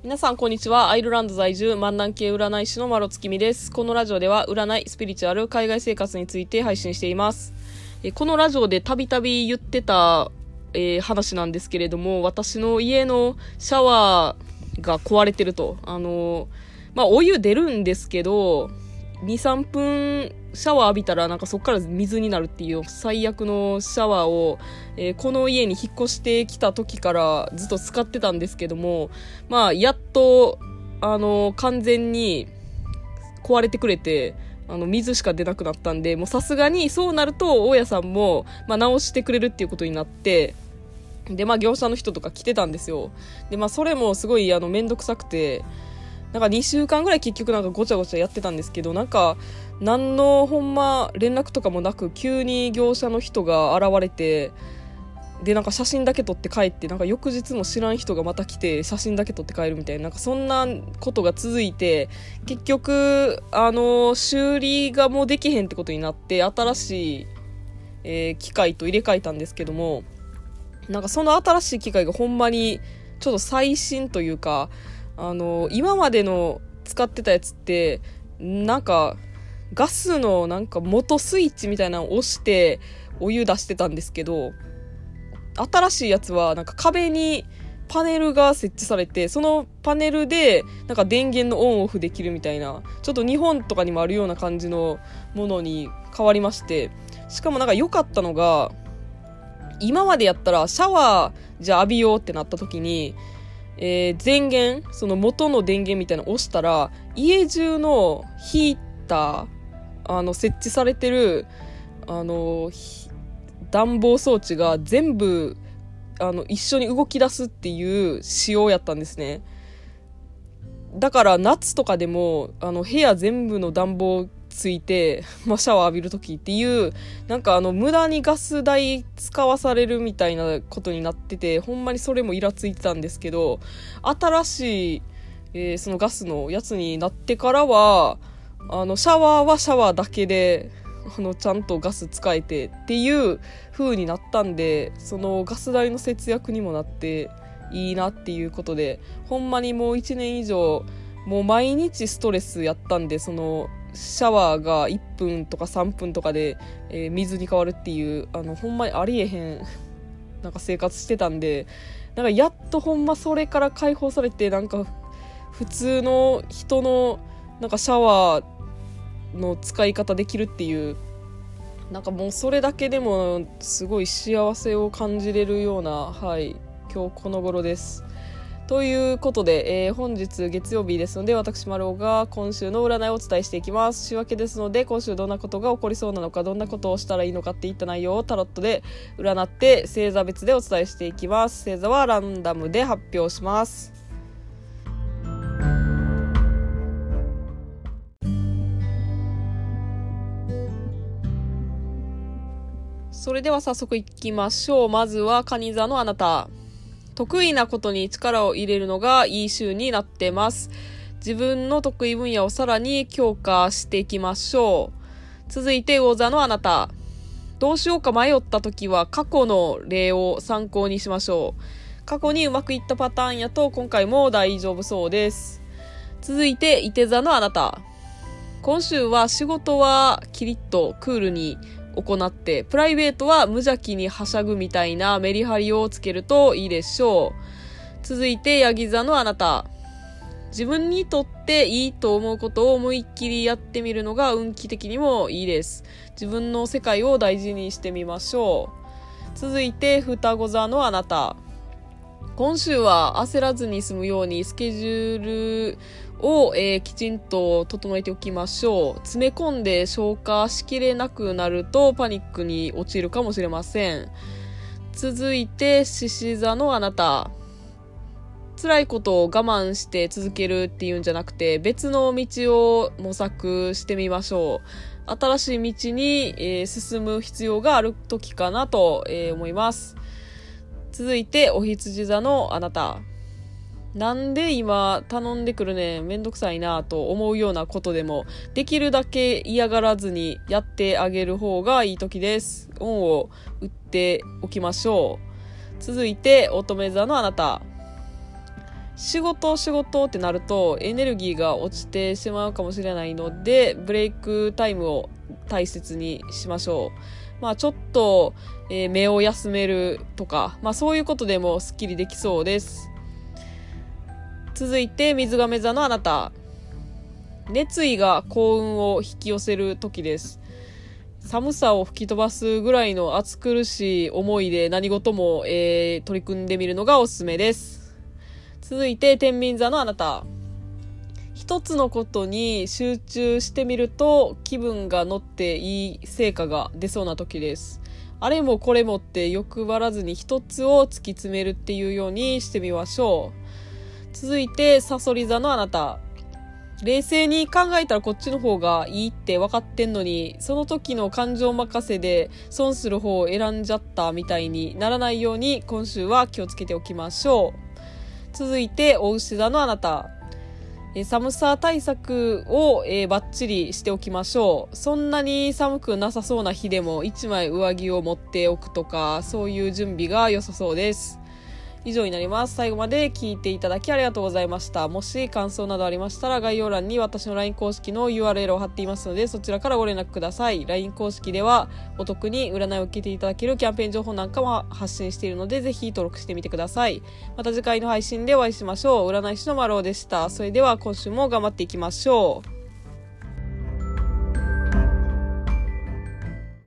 皆さんこんにちは。アイルランド在住万南系占い師のマロツキミです。このラジオでは占い、スピリチュアル、海外生活について配信しています。このラジオでたびたび言ってた、話なんですけれども、私の家のシャワーが壊れてると。お湯出るんですけど、2、3分シャワー浴びたらなんかそっから水になるっていう最悪のシャワーを、この家に引っ越してきた時からずっと使ってたんですけども、やっと完全に壊れてくれて水しか出なくなったんで、もうさすがにそうなると大家さんも直してくれるっていうことになって、で業者の人とか来てたんですよ。でそれもすごいめんどくさくて、なんか2週間ぐらい結局なんかごちゃごちゃやってたんですけど、なんか何のほんま連絡とかもなく急に業者の人が現れて、でなんか写真だけ撮って帰って、なんか翌日も知らん人がまた来て写真だけ撮って帰るみたいな、なんかそんなことが続いて、結局修理がもうできへんってことになって新しい、機械と入れ替えたんですけども、なんかその新しい機械がほんまにちょっと最新というか、今までの使ってたやつってなんかガスのなんか元スイッチみたいなのを押してお湯出してたんですけど、新しいやつはなんか壁にパネルが設置されて、そのパネルでなんか電源のオンオフできるみたいな、ちょっと日本とかにもあるような感じのものに変わりまして、しかもなんか良かったのが、今までやったらシャワーじゃあ浴びようってなった時に電源、その元の電源みたいなのを押したら、家中のヒーター、設置されてる、暖房装置が全部、一緒に動き出すっていう仕様やったんですね。だから夏とかでも、部屋全部の暖房ついて、シャワー浴びるときっていう、なんか無駄にガス代使わされるみたいなことになってて、ほんまにそれもイラついてたんですけど、新しい、そのガスのやつになってからは、シャワーはシャワーだけで、ちゃんとガス使えてっていう風になったんで、そのガス代の節約にもなっていいなっていうことで、ほんまにもう1年以上、もう毎日ストレスやったんで、その、シャワーが1分とか3分とかで、水に変わるっていう、ほんまにありえへんなんか生活してたんで、なんかやっとほんまそれから解放されて、なんか普通の人のなんかシャワーの使い方できるっていう、なんかもうそれだけでもすごい幸せを感じれるような、今日この頃です。ということで、本日月曜日ですので、私丸尾が今週の占いをお伝えしていきます。週明けですので、今週どんなことが起こりそうなのか、どんなことをしたらいいのかっていった内容をタロットで占って星座別でお伝えしていきます。星座はランダムで発表します。それでは早速いきましょう。まずは蟹座のあなた。得意なことに力を入れるのがいい週になってます。自分の得意分野をさらに強化していきましょう。続いて魚座のあなた。どうしようか迷った時は過去の例を参考にしましょう。過去にうまくいったパターンやと今回も大丈夫そうです。続いていて座のあなた。今週は仕事はキリッとクールに行って、プライベートは無邪気にはしゃぐみたいなメリハリをつけるといいでしょう。続いてヤギ座のあなた。自分にとっていいと思うことを思いっきりやってみるのが運気的にもいいです。自分の世界を大事にしてみましょう。続いて双子座のあなた。今週は焦らずに済むようにスケジュールを、きちんと整えておきましょう。詰め込んで消化しきれなくなるとパニックに陥るかもしれません。続いて獅子座のあなた。辛いことを我慢して続けるっていうんじゃなくて、別の道を模索してみましょう。新しい道に、進む必要がある時かなと、思います。続いてお羊座のあなた。なんで今頼んでくるねん、めんどくさいなと思うようなことでも、できるだけ嫌がらずにやってあげる方がいい時です。恩を売っておきましょう。続いて乙女座のあなた。 仕事ってなるとエネルギーが落ちてしまうかもしれないので、ブレイクタイムを大切にしましょう。ちょっと、目を休めるとか、そういうことでもスッキリできそうです。続いて水亀座のあなた。熱意が幸運を引き寄せる時です。寒さを吹き飛ばすぐらいの暑苦しい思いで何事も、取り組んでみるのがおすすめです。続いて天秤座のあなた。一つのことに集中してみると気分が乗っていい成果が出そうな時です。あれもこれもって欲張らずに一つを突き詰めるっていうようにしてみましょう。続いてさそり座のあなた。冷静に考えたらこっちの方がいいって分かってんのに、その時の感情任せで損する方を選んじゃったみたいにならないように今週は気をつけておきましょう。続いてお牛座のあなた。寒さ対策を、バッチリしておきましょう。そんなに寒くなさそうな日でも1枚上着を持っておくとか、そういう準備が良さそうです。以上になります。最後まで聞いていただきありがとうございました。もし感想などありましたら概要欄に私の LINE 公式の URL を貼っていますので、そちらからご連絡ください。LINE 公式ではお得に占いを受けていただけるキャンペーン情報なんかも発信しているので、ぜひ登録してみてください。また次回の配信でお会いしましょう。占い師のまろうでした。それでは今週も頑張っていきましょう。